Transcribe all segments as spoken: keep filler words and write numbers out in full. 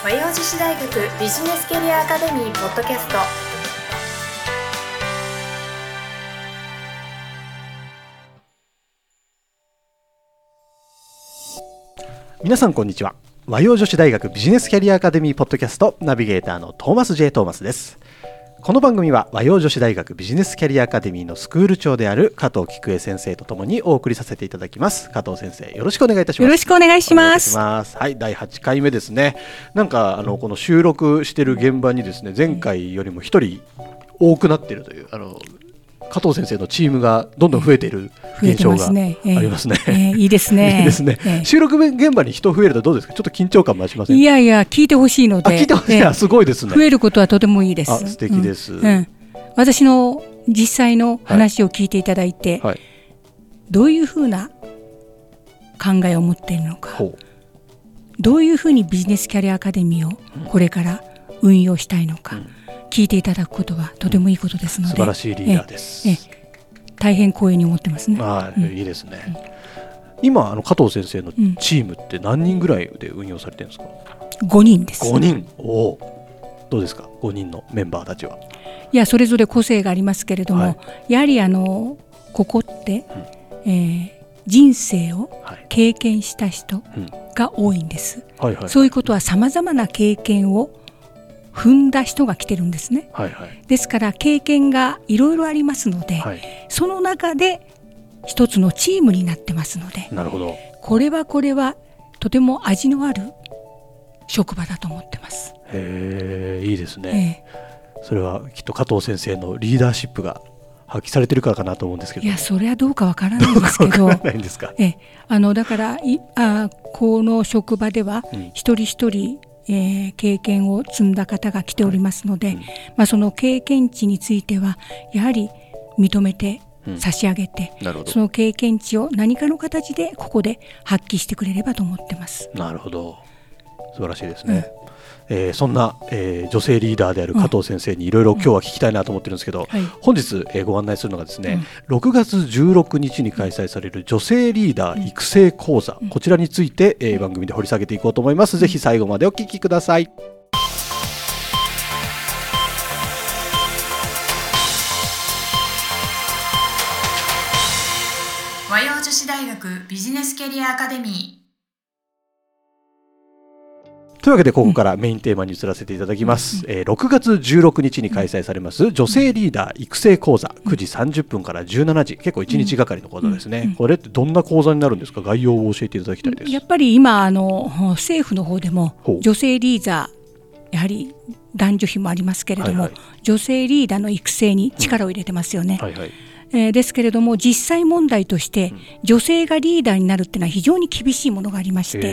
和洋女子大学ビジネスキャリアアカデミーポッドキャスト。 皆さんこんにちは。和洋女子大学ビジネスキャリアアカデミーポッドキャストナビゲーターのトーマス J トーマスです。この番組は和洋女子大学ビジネスキャリアアカデミーのスクール長である加藤菊江先生とともにお送りさせていただきます。加藤先生、よろしくお願いいたします。 よろしくお願いします。 はい、だいはちかいめですね。なんかあのこの収録している現場にですね、前回よりもひとり多くなっているというあの加藤先生のチームがどんどん増えている現象がありますね。 いいですね。いいですね。 えー、収録現場に人増えるとどうですか？ちょっと緊張感増しません？ いやいや、聞いてほしいので。 あ、聞いてほしい。えー、すごいですね。 増えることはとてもいいです。 あ、素敵です。 うんうん、私の実際の話を聞いていただいて、はいはい、どういうふうな考えを持っているのか、どういうふうにビジネスキャリアアカデミーをこれから運用したいのか、うん、聞いていただくことはとてもいいことですので、 素晴らしいリーダーです。 ええ大変光栄に思ってますね。 あ、うん、いいですね。うん、今あの加藤先生のチームって何人ぐらいで運用されてるんですか？ ごにんです。 ごにん。お、どうですか？ごにんのメンバーたちは。 いや、それぞれ個性がありますけれども、はい、やはりあのここって、うんえー、人生を経験した人が多いんです。はいはいはい、そういうことはさまざまな経験を踏んだ人が来てるんですね。はいはい、ですから経験がいろいろありますので、はい、その中で一つのチームになってますので、 なるほど。 これはこれはとても味のある職場だと思ってます。 へー、いいですね。えー、それはきっと加藤先生のリーダーシップが発揮されてるからかなと思うんですけど。 いや、それはどうかわからないんですけどわからないんですか？ えあのだからいあこの職場では一人一人、うんえー、経験を積んだ方が来ておりますので、はいうんまあ、その経験値についてはやはり認めて差し上げて、うん、その経験値を何かの形でここで発揮してくれればと思ってます。 なるほど、素晴らしいですね。うんえー、そんな、えー、女性リーダーである加藤先生にいろいろ今日は聞きたいなと思ってるんですけど、うんはい、本日、えー、ご案内するのがですね、うん、ろくがつじゅうろくにちに開催される女性リーダー育成講座、うん、こちらについて、えー、番組で掘り下げていこうと思います。ぜひ最後までお聞きください。 和洋女子大学ビジネスキャリアアカデミー。 というわけでここからメインテーマに移らせていただきます。うんえー、ろくがつじゅうろくにちに開催されます女性リーダー育成講座、くじさんじゅっぷんからじゅうしちじ、結構いちにちがかりの講座ですね。うんうん、これってどんな講座になるんですか？概要を教えていただきたいです。 やっぱり今あの政府の方でも女性リーダー、やはり男女比もありますけれども、はいはい、女性リーダーの育成に力を入れてますよね。うんはいはいえー、ですけれども実際問題として、うん、女性がリーダーになるっていうのは非常に厳しいものがありまして、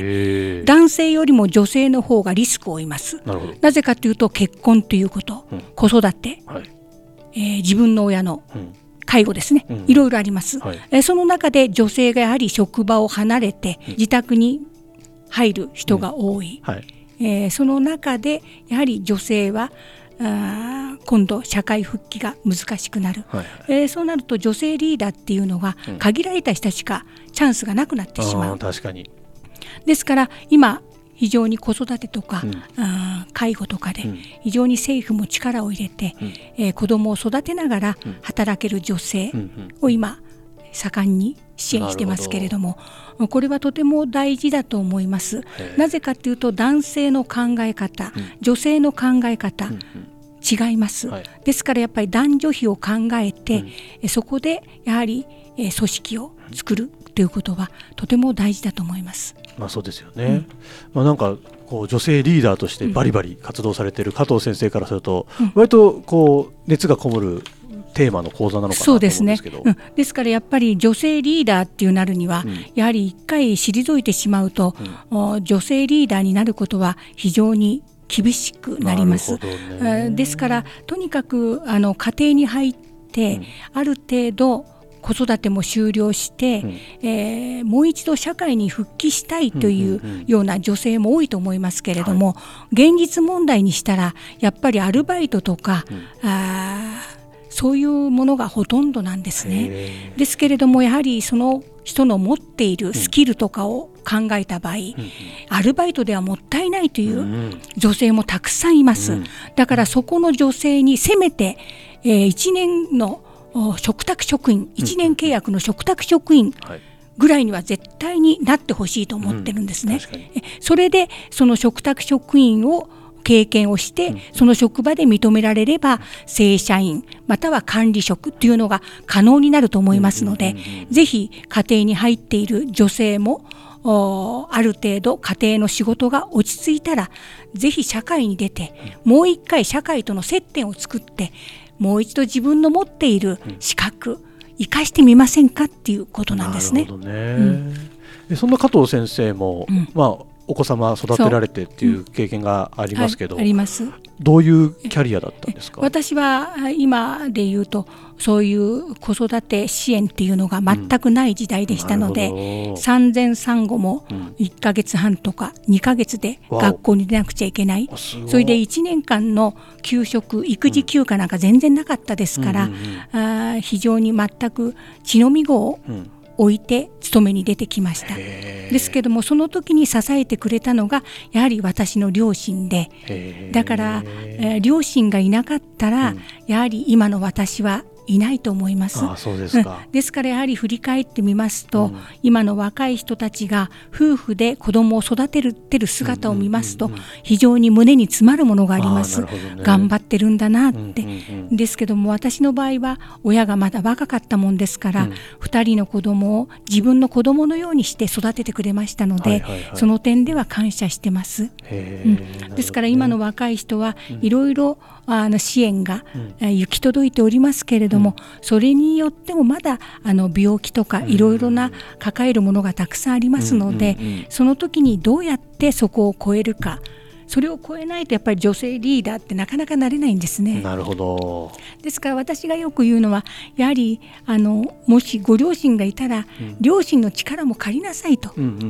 男性よりも女性の方がリスクを負います。 な, なぜかというと結婚ということ、うん、子育て、はいえー、自分の親の介護ですね、うん、いろいろあります、はいえー、その中で女性がやはり職場を離れて自宅に入る人が多い、うんはいえー、その中でやはり女性はあ今度社会復帰が難しくなる、はいはいえー、そうなると女性リーダーっていうのが限られた人しかチャンスがなくなってしまう、 うん、確かに。 ですから今非常に子育てとか、うん、あ介護とかで非常に政府も力を入れて、うんえー、子どもを育てながら働ける女性を今盛んに支援してますけれども、これはとても大事だと思います。なぜかというと男性の考え方、うん、女性の考え方、うんうん違います、はい、ですからやっぱり男女比を考えて、うん、そこでやはり組織を作るということはとても大事だと思います。 まあ、そうですよね、うんまあ、なんかこう女性リーダーとしてバリバリ活動されている加藤先生からすると、うん、割とこう熱がこもるテーマの講座なのかなと思うんですけど。そうですね、うん、ですからやっぱり女性リーダーっていうなるには、うん、やはり一回退いてしまうと、うん、女性リーダーになることは非常に厳しくなります。ね、ですからとにかくあの家庭に入って、うん、ある程度子育ても終了して、うんえー、もう一度社会に復帰したいというような女性も多いと思いますけれども、はい、現実問題にしたらやっぱりアルバイトとか、うん、あそういうものがほとんどなんですね。ですけれどもやはりその人の持っているスキルとかを考えた場合、うん、アルバイトではもったいないという女性もたくさんいます、うん、だからそこの女性にせめて、えー、いちねんの嘱託職員いちねん契約の嘱託職員ぐらいには絶対になってほしいと思ってるんですね、うん、それでその嘱託職員を経験をして、うん、その職場で認められれば正社員または管理職というのが可能になると思いますので、ぜひ家庭に入っている女性もある程度家庭の仕事が落ち着いたらぜひ社会に出て、もう一回社会との接点を作ってもう一度自分の持っている資格、うん、生かしてみませんかっていうことなんですね。 なるほどね、うん、そんな加藤先生も、うん、まあお子様育てられてっていう経験がありますけど、 はい、あります。 どういうキャリアだったんですか？ 私は今で言うとそういう子育て支援っていうのが全くない時代でしたので、うん、産前産後もいっかげつはんとかにかげつで学校に出なくちゃいけない、それでいちねんかんの休職育児休暇なんか全然なかったですから、うんうんうん、あ非常に全く血のみ子を、うん置いて勤めに出てきました。ですけどもその時に支えてくれたのがやはり私の両親で、だから、えー、両親がいなかったら、うん、やはり今の私はいないと思います。 ああ、そうですか。 うん、ですからやはり振り返ってみますと、うん、今の若い人たちが夫婦で子供を育ててる姿を見ますと、うんうんうんうん、非常に胸に詰まるものがあります。ね、頑張ってるんだなって、うんうんうん、ですけども私の場合は親がまだ若かったもんですから、うん、ふたりの子供を自分の子供のようにして育ててくれましたので、はいはいはい、その点では感謝してます。へー、うん、ですから今の若い人はいろいろあの支援が、うん、行き届いておりますけれども、うん、それによってもまだあの病気とかいろいろな抱えるものがたくさんありますので、うんうんうん、その時にどうやってそこを超えるか、それを超えないとやっぱり女性リーダーってなかなかなれないんですね。 なるほど。 ですから私がよく言うのはやはりあのもしご両親がいたら、うん、両親の力も借りなさいと、うんうんうんうん、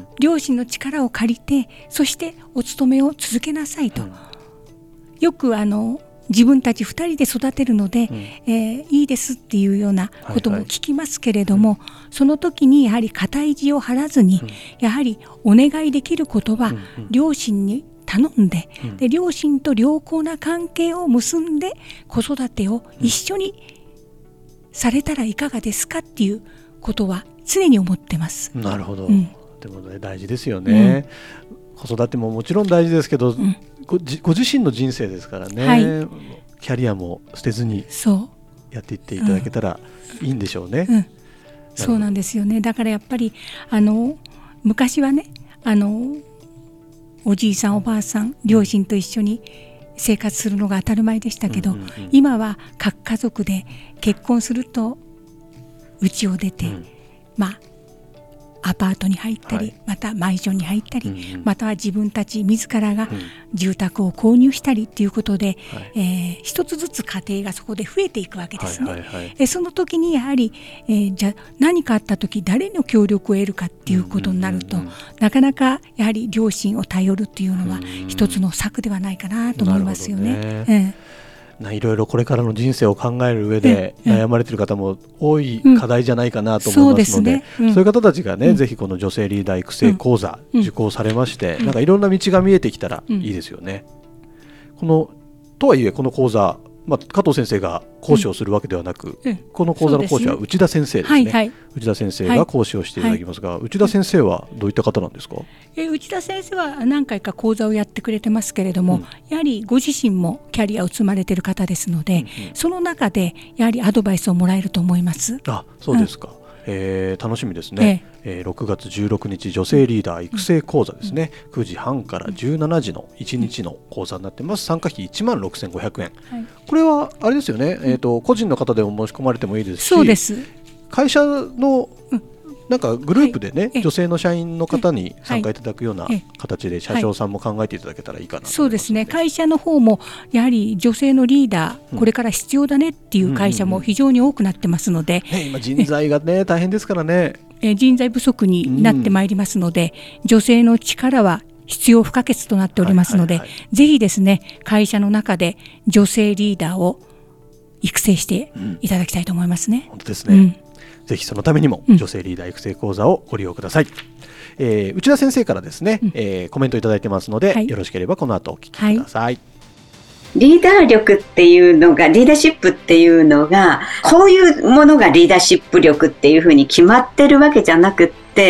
両親の力を借りてそしてお勤めを続けなさいと、うん、よくあの自分たちふたりで育てるので、うん、えー、いいですっていうようなことも聞きますけれども、はいはい、その時にやはり固い地を張らずに、うん、やはりお願いできることは、うんうん、両親に頼んで、うん、で両親と良好な関係を結んで子育てを一緒にされたらいかがですかっていうことは常に思ってます。 なるほど、うん、でもね大事ですよね、うん、子育てももちろん大事ですけど、うん、ご, ご自身の人生ですからね、はい、キャリアも捨てずにやっていっていただけたらいいんでしょうね。 うんうん、そうなんですよね。だからやっぱりあの昔はねあのおじいさんおばあさん両親と一緒に生活するのが当たり前でしたけど、うんうんうん、今は各家族で結婚すると家を出て、うん、まあアパートに入ったり、はい、またマンションに入ったり、うんうん、または自分たち自らが住宅を購入したりということで、うん、えー、一つずつ家庭がそこで増えていくわけですね。はいはいはい、えその時にやはり、えー、じゃ何かあった時誰の協力を得るかっていうことになると、うんうんうん、なかなかやはり両親を頼るっていうのは一つの策ではないかなと思いますよね。なるほどね。うんいろいろこれからの人生を考える上で悩まれている方も多い課題じゃないかなと思いますので、うん そうですね、うん、そういう方たちがね、うん、ぜひこの女性リーダー育成講座受講されまして、うん、なんかいろんな道が見えてきたらいいですよね。うん、このとはいえこの講座、まあ、加藤先生が講師をするわけではなく、うん、この講座の講師は内田先生ですね。はいはい、内田先生が講師をしていただきますが、はいはい、内田先生はどういった方なんですか？ え内田先生は何回か講座をやってくれてますけれども、うん、やはりご自身もキャリアを積まれている方ですので、うんうん、その中でやはりアドバイスをもらえると思います。 あ、そうですか。うん、えー、楽しみですね。えええー、ろくがつじゅうろくにち女性リーダー育成講座ですね、うん、くじはんからじゅうしちじのいちにちの講座になってます。参加費いちまんろくせんごひゃくえん、はい、これはあれですよね、えーと、個人の方でも申し込まれてもいいですし、 そうです。 会社のなんかグループでね、はい、女性の社員の方に参加いただくような形で社長さんも考えていただけたらいいかなと思います。 そうですね。会社の方もやはり女性のリーダー、うん、これから必要だねっていう会社も非常に多くなってますので、 うんうんうん、今人材がね大変ですからね、 え人材不足になってまいりますので、うん、女性の力は必要不可欠となっておりますので、はいはいはい、ぜひですね会社の中で女性リーダーを育成していただきたいと思いますね。 うん、本当ですね、うん、ぜひそのためにも女性リーダー育成講座をご利用ください。うん、えー、内田先生からですね、うん、えー、コメントいただいてますので、はい、よろしければこの後お聞きください。はい、 リーダー力っていうのが、リーダーシップっていうのが、こういうものがリーダーシップ力っていうふうに決まってるわけじゃなくって、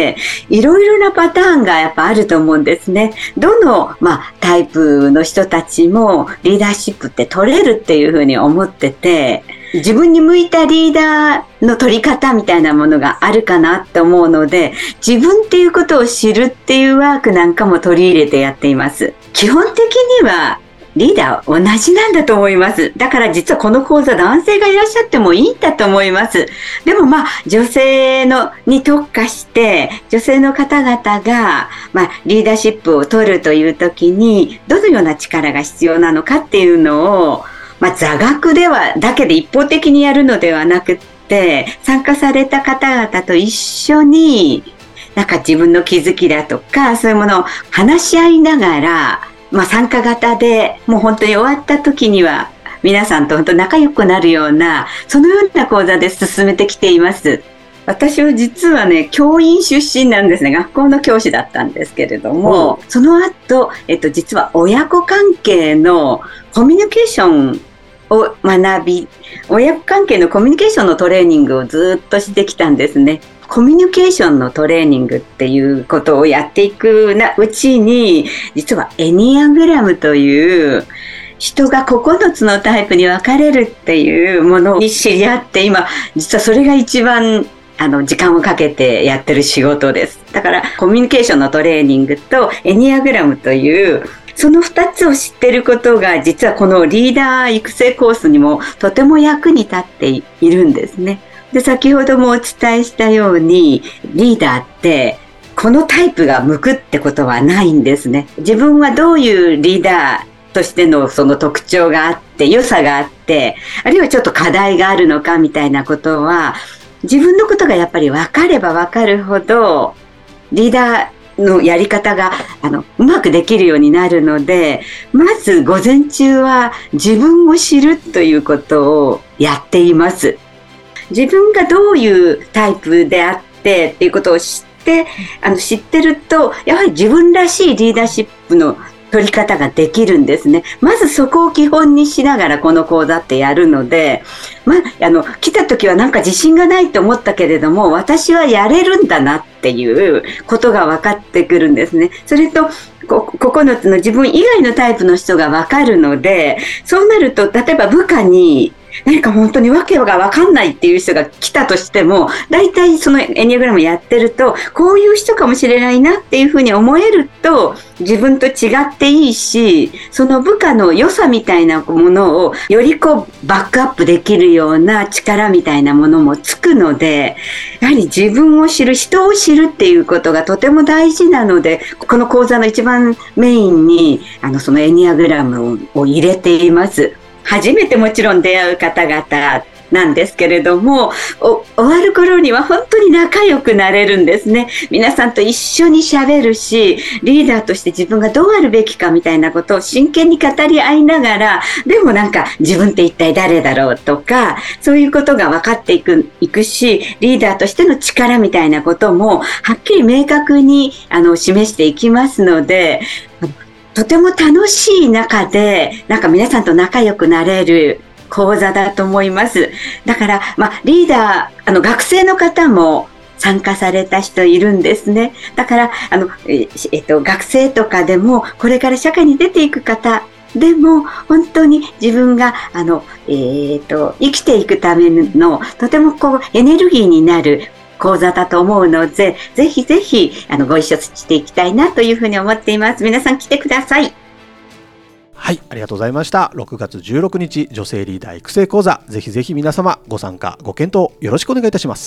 いろいろなパターンがやっぱあると思うんですね。どの、まあ、タイプの人たちもリーダーシップって取れるっていうふうに思ってて、自分に向いたリーダーの取り方みたいなものがあるかなって思うので、自分っていうことを知るっていうワークなんかも取り入れてやっています。基本的にはリーダーは同じなんだと思います。だから実はこの講座男性がいらっしゃってもいいんだと思います。でもまあ女性のに特化して女性の方々がまあリーダーシップを取るという時にどのような力が必要なのかっていうのをまあ座学ではだけで一方的にやるのではなくって参加された方々と一緒になんか自分の気づきだとかそういうものを話し合いながらまあ参加型でもう本当に終わった時には皆さんと本当仲良くなるようなそのような講座で進めてきています。私は実はね教員出身なんですね。学校の教師だったんですけれども、その後、えっと、実は親子関係のコミュニケーションを学び親子関係のコミュニケーションのトレーニングをずっとしてきたんですね。コミュニケーションのトレーニングっていうことをやっていくうちに実はエニアグラムという人がここのつのタイプに分かれるっていうものに知り合って今実はそれが一番あの時間をかけてやってる仕事です。だからコミュニケーションのトレーニングとエニアグラムというその二つを知ってることが実はこのリーダー育成コースにもとても役に立っているんですね。で、先ほどもお伝えしたようにリーダーってこのタイプが向くってことはないんですね。自分はどういうリーダーとしてのその特徴があって良さがあってあるいはちょっと課題があるのかみたいなことは自分のことがやっぱり分かれば分かるほどリーダーのやり方があのうまくできるようになるのでまず午前中は自分を知るということをやっています。自分がどういうタイプであってっていうことを知ってあの知ってるとやはり自分らしいリーダーシップの取り方ができるんですね。まずそこを基本にしながらこの講座ってやるので、まあ、あの来た時はなんか自信がないと思ったけれども私はやれるんだなっていうことが分かってくるんですね。それとここのつの自分以外のタイプの人が分かるのでそうなると例えば部下に何か本当に訳が分かんないっていう人が来たとしても大体そのエニアグラムやってるとこういう人かもしれないなっていうふうに思えると自分と違っていいしその部下の良さみたいなものをよりこうバックアップできるような力みたいなものもつくのでやはり自分を知る人を知るっていうことがとても大事なのでこの講座の一番メインにあのそのエニアグラムを入れています。初めてもちろん出会う方々なんですけれどもお終わる頃には本当に仲良くなれるんですね。皆さんと一緒に喋るしリーダーとして自分がどうあるべきかみたいなことを真剣に語り合いながらでもなんか自分って一体誰だろうとかそういうことが分かっていく、いくしリーダーとしての力みたいなこともはっきり明確にあの示していきますのでとても楽しい中でなんか皆さんと仲良くなれる講座だと思います。だから、まあ、リーダーあの学生の方も参加された人いるんですね。だからあの、ええっと、学生とかでもこれから社会に出ていく方でも本当に自分があの、えー、っと生きていくためのとてもこうエネルギーになる講座だと思うのでぜひぜひあのご一緒していきたいなというふうに思っています。皆さん来てください。 はい、ありがとうございました。ろくがつじゅうろくにち女性リーダー育成講座ぜひぜひ皆様ご参加ご検討よろしくお願いいたします。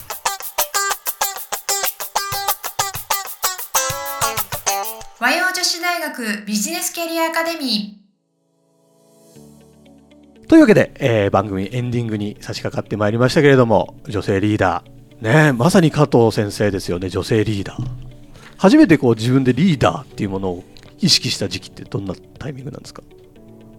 和洋女子大学ビジネスキャリアアカデミーというわけで、えー、番組エンディングに差し掛かってまいりましたけれども女性リーダーね、まさに加藤先生ですよね。女性リーダー初めてこう自分でリーダーっていうものを意識した時期ってどんなタイミングなんですか？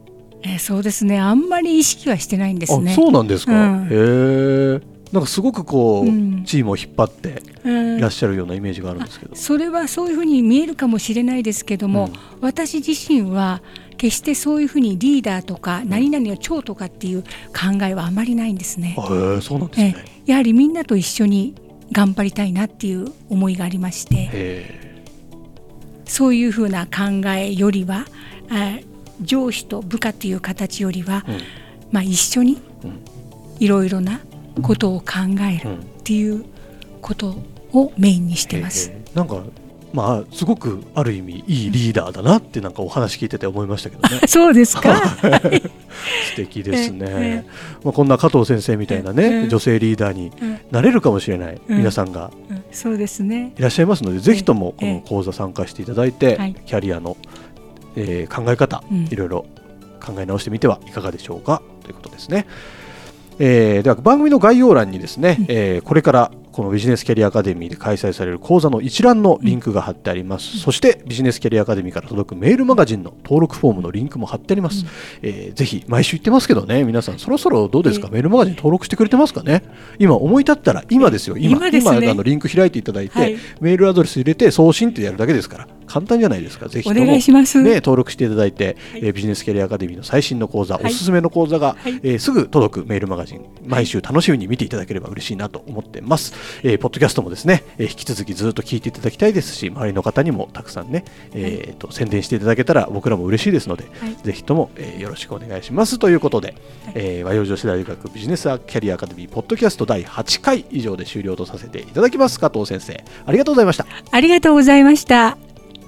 えー、そうですね、あんまり意識はしてないんですね。 あ、そうなんですか、うん、へえ。なんかすごくこう、うん、チームを引っ張っていらっしゃるようなイメージがあるんですけど、 それはそういうふうに見えるかもしれないですけども、うん、私自身は決してそういうふうにリーダーとか何々の長とかっていう考えはあまりないんですね。 へえ、そうなんですね。 えやはりみんなと一緒に頑張りたいなっていう思いがありまして、へそういうふうな考えよりは上司と部下という形よりは、うん、まあ、一緒にいろいろなことを考えるっていうことをメインにしてます。 うん、なんかまあすごくある意味いいリーダーだなってなんかお話聞いてて思いましたけどね。 そうですか。 素敵ですね。まあこんな加藤先生みたいなね女性リーダーになれるかもしれない皆さんがそうですねいらっしゃいますので、ぜひともこの講座参加していただいてキャリアのえ考え方いろいろ考え直してみてはいかがでしょうかということですね。えー、では番組の概要欄にですね、うん、えー、これからこのビジネスキャリアアカデミーで開催される講座の一覧のリンクが貼ってあります、うん、そしてビジネスキャリアアカデミーから届くメールマガジンの登録フォームのリンクも貼ってあります、うん、えー、ぜひ毎週言ってますけどね、皆さんそろそろどうですか、えー、メールマガジン登録してくれてますかね。今思い立ったら今ですよ、今、 今ですね、 今あのリンク開いていただいて、はい、メールアドレス入れて送信ってやるだけですから簡単じゃないですか。ぜひとも、ね、 お願いします、 登録していただいて、はい、えー、ビジネスキャリアアカデミーの最新の講座、はい、おすすめの講座が、はい、えー、すぐ届くメールマガジン、毎週楽しみに見ていただければ嬉しいなと思ってます。えー、ポッドキャストもですね、えー、引き続きずっと聞いていただきたいですし、周りの方にもたくさんね、えー、と宣伝していただけたら僕らも嬉しいですので、はい、ぜひとも、えー、よろしくお願いしますということで、はい、えー、和洋女子大学ビジネスキャリアアカデミーポッドキャストだいはちかい以上で終了とさせていただきます。加藤先生、ありがとうございました。 ありがとうございました。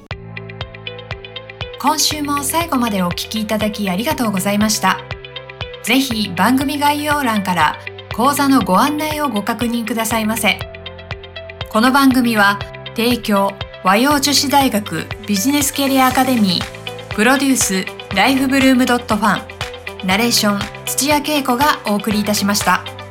今週も最後までお聞きいただきありがとうございました。ぜひ番組概要欄から講座のご案内をご確認くださいませ。この番組は提供和洋女子大学ビジネスキャリアアカデミー、プロデュースライフブルームドットファン、ナレーション土屋恵子がお送りいたしました。